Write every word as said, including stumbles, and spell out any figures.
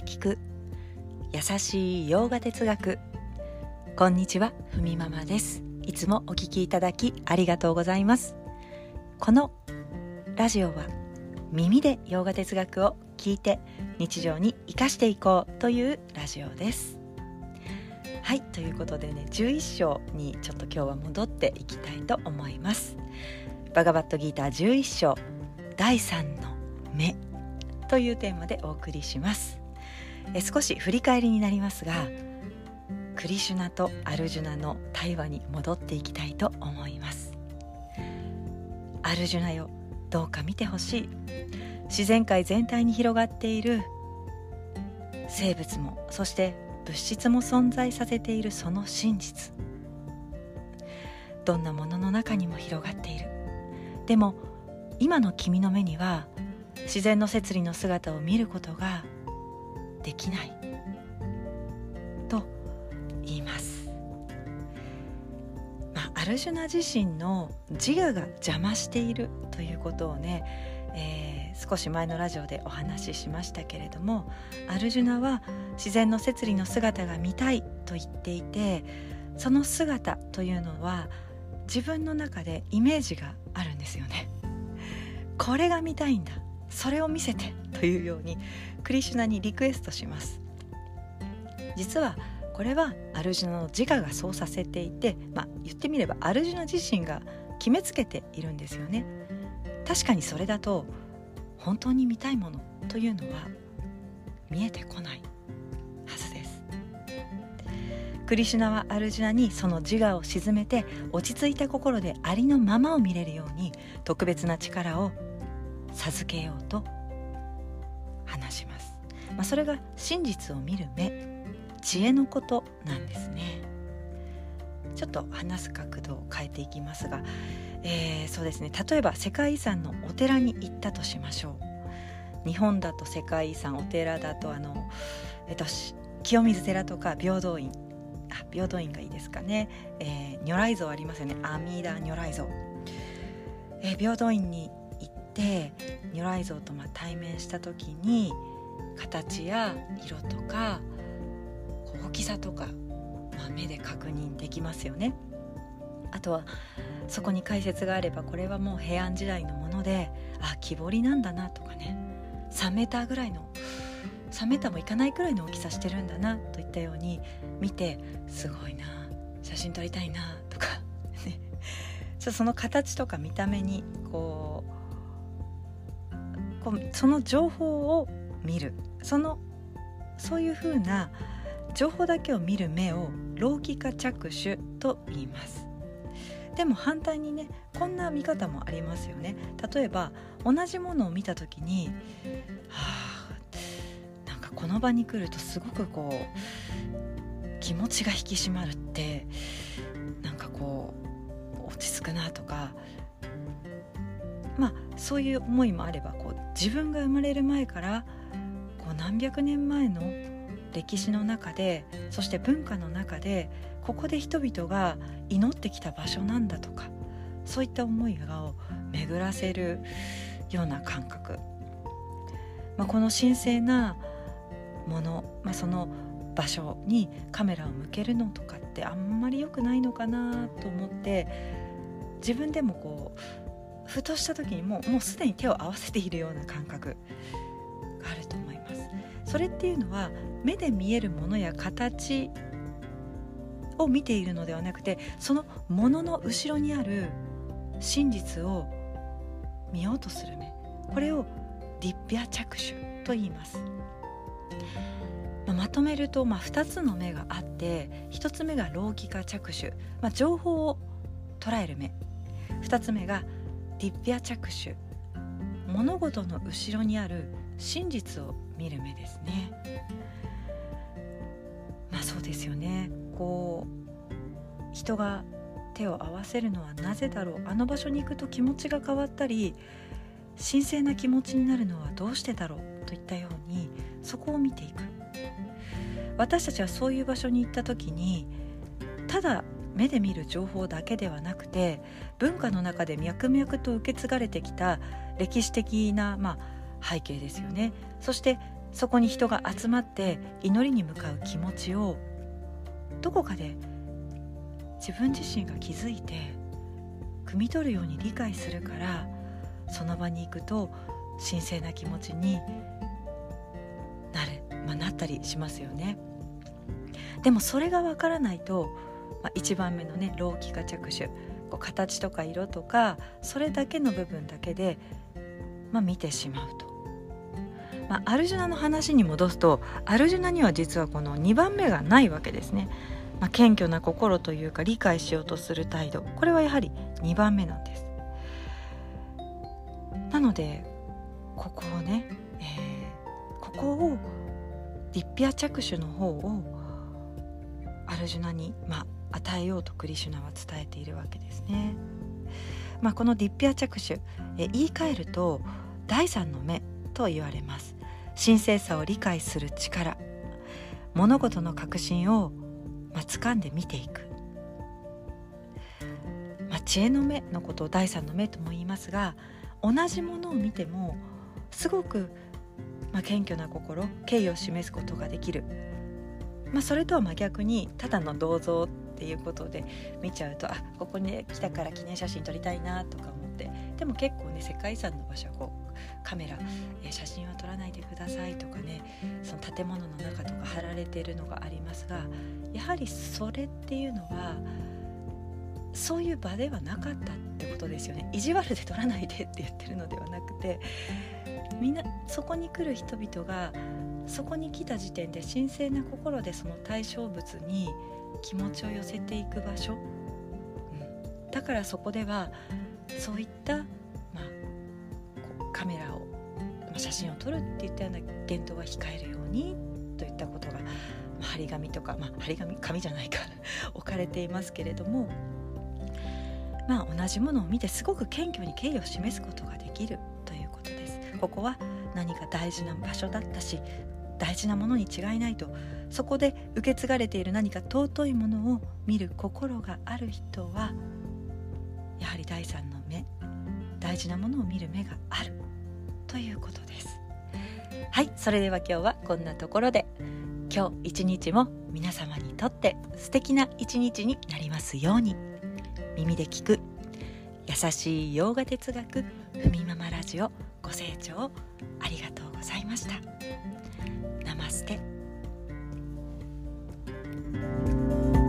聞く優しい洋画哲学。こんにちは、ふみママです。いつもお聞きいただきありがとうございます。このラジオは耳で洋画哲学を聞いて日常に生かしていこうというラジオです。はい、ということでね、じゅういっ章にちょっと今日は戻っていきたいと思います。バガバットギーターじゅういっ章だいさんの目というテーマでお送りします。え少し振り返りになりますが、クリシュナとアルジュナの対話に戻っていきたいと思います。アルジュナよ、どうか見てほしい。自然界全体に広がっている生物も、そして物質も存在させているその真実、どんなものの中にも広がっている。でも今の君の目には自然の摂理の姿を見ることができないと言います。まあ、アルジュナ自身の自我が邪魔しているということをね、えー、少し前のラジオでお話ししましたけれども、アルジュナは自然の摂理の姿が見たいと言っていて、その姿というのは自分の中でイメージがあるんですよね。これが見たいんだ、それを見せてというようにクリシュナにリクエストします。実はこれはアルジュナの自我がそうさせていて、まあ、言ってみればアルジュナ自身が決めつけているんですよね。確かにそれだと本当に見たいものというのは見えてこないはずです。クリシュナはアルジュナにその自我を鎮めて落ち着いた心でありのままを見れるように特別な力を授けようと話します。まあ、それが真実を見る目、知恵のことなんですね。ちょっと話す角度を変えていきますが、えー、そうですね、例えば世界遺産のお寺に行ったとしましょう。日本だと世界遺産、お寺だとあの、えっと、清水寺とか平等院、あ平等院がいいですかね、えー、如来像ありますよね。阿弥陀如来像、えー、平等院に行って如来像とまあ対面した時に形や色とか大きさとか、まあ、目で確認できますよね。あとはそこに解説があれば、これはもう平安時代のもので、あ、木彫りなんだなとかね、さんメーターぐらいの、さんメーターもいかないくらいの大きさしてるんだなといったように見て、すごいな、写真撮りたいなとか、ね、その形とか見た目にこう、こうその情報を見る、そのそういう風な情報だけを見る目をローキカ着手と言います。でも反対にね、こんな見方もありますよね。例えば同じものを見た時に、はあ、なんかこの場に来るとすごくこう気持ちが引き締まるって、なんかこう落ち着くなとか、まあそういう思いもあれば、こう自分が生まれる前からこう何百年前の歴史の中で、そして文化の中で、ここで人々が祈ってきた場所なんだとか、そういった思いを巡らせるような感覚、まあ、この神聖なもの、まあ、その場所にカメラを向けるのとかってあんまり良くないのかなと思って、自分でもこうふとした時にもう、もうすでに手を合わせているような感覚があると思います。それっていうのは目で見えるものや形を見ているのではなくて、そのものの後ろにある真実を見ようとする目、これをディッピャ着手と言います。まあ、まとめると、まあ、ふたつの目があって、ひとつめがローキカ着手、まあ、情報を捉える目、ふたつめがディッピャ着手、物事の後ろにある真実を見る目ですね。まあそうですよね。こう人が手を合わせるのはなぜだろう、あの場所に行くと気持ちが変わったり神聖な気持ちになるのはどうしてだろうといったように、そこを見ていく。私たちはそういう場所に行った時に、ただ目で見る情報だけではなくて、文化の中で脈々と受け継がれてきた歴史的な、まあ、背景ですよね。そしてそこに人が集まって祈りに向かう気持ちをどこかで自分自身が気づいて汲み取るように理解するから、その場に行くと神聖な気持ちになる、まあ、なったりしますよね。でもそれがわからないと、まあ、いちばんめのね、老気化着手、こう形とか色とかそれだけの部分だけで、まあ、見てしまうと、まあ、アルジュナの話に戻すと、アルジュナには実はこのにばんめがないわけですね。まあ、謙虚な心というか理解しようとする態度、これはやはりにばんめなんです。なのでここをね、えー、ここをディッピア着手の方をアルジュナに、まあ、与えようとクリシュナは伝えているわけですね。まあ、このディッピア着手、え言い換えると第三の目と言われます。神聖さを理解する力、物事の核心を、まあ、掴んで見ていく、まあ、知恵の目のことを第三の目とも言いますが、同じものを見てもすごく、まあ、謙虚な心、敬意を示すことができる、まあ、それとは真逆にただの銅像っていうことで見ちゃうと、あ、ここに来たから記念写真撮りたいなとか思って、でも結構ね、世界遺産の場所はこうカメラ、え写真は撮らないでくださいとかね、その建物の中とか貼られているのがありますが、やはりそれっていうのはそういう場ではなかったってことですよね。意地悪で撮らないでって言ってるのではなくて、みんなそこに来る人々がそこに来た時点で神聖な心でその対象物に気持ちを寄せていく場所、うん、だからそこではそういった、まあ、こうカメラを、まあ、写真を撮るっていったような言動は控えるようにといったことが、まあ、張り紙とか、まあ、張り紙紙じゃないか置かれていますけれども、まあ、同じものを見てすごく謙虚に敬意を示すことができるということです。ここは何か大事な場所だったし、大事なものに違いないと、そこで受け継がれている何か尊いものを見る心がある人はやはり第三の目、大事なものを見る目があるということです。はい、それでは今日はこんなところで、今日一日も皆様にとって素敵な一日になりますように。耳で聞く優しい洋画哲学ふみママラジオ、ご清聴ありがとうございました。ナマステ。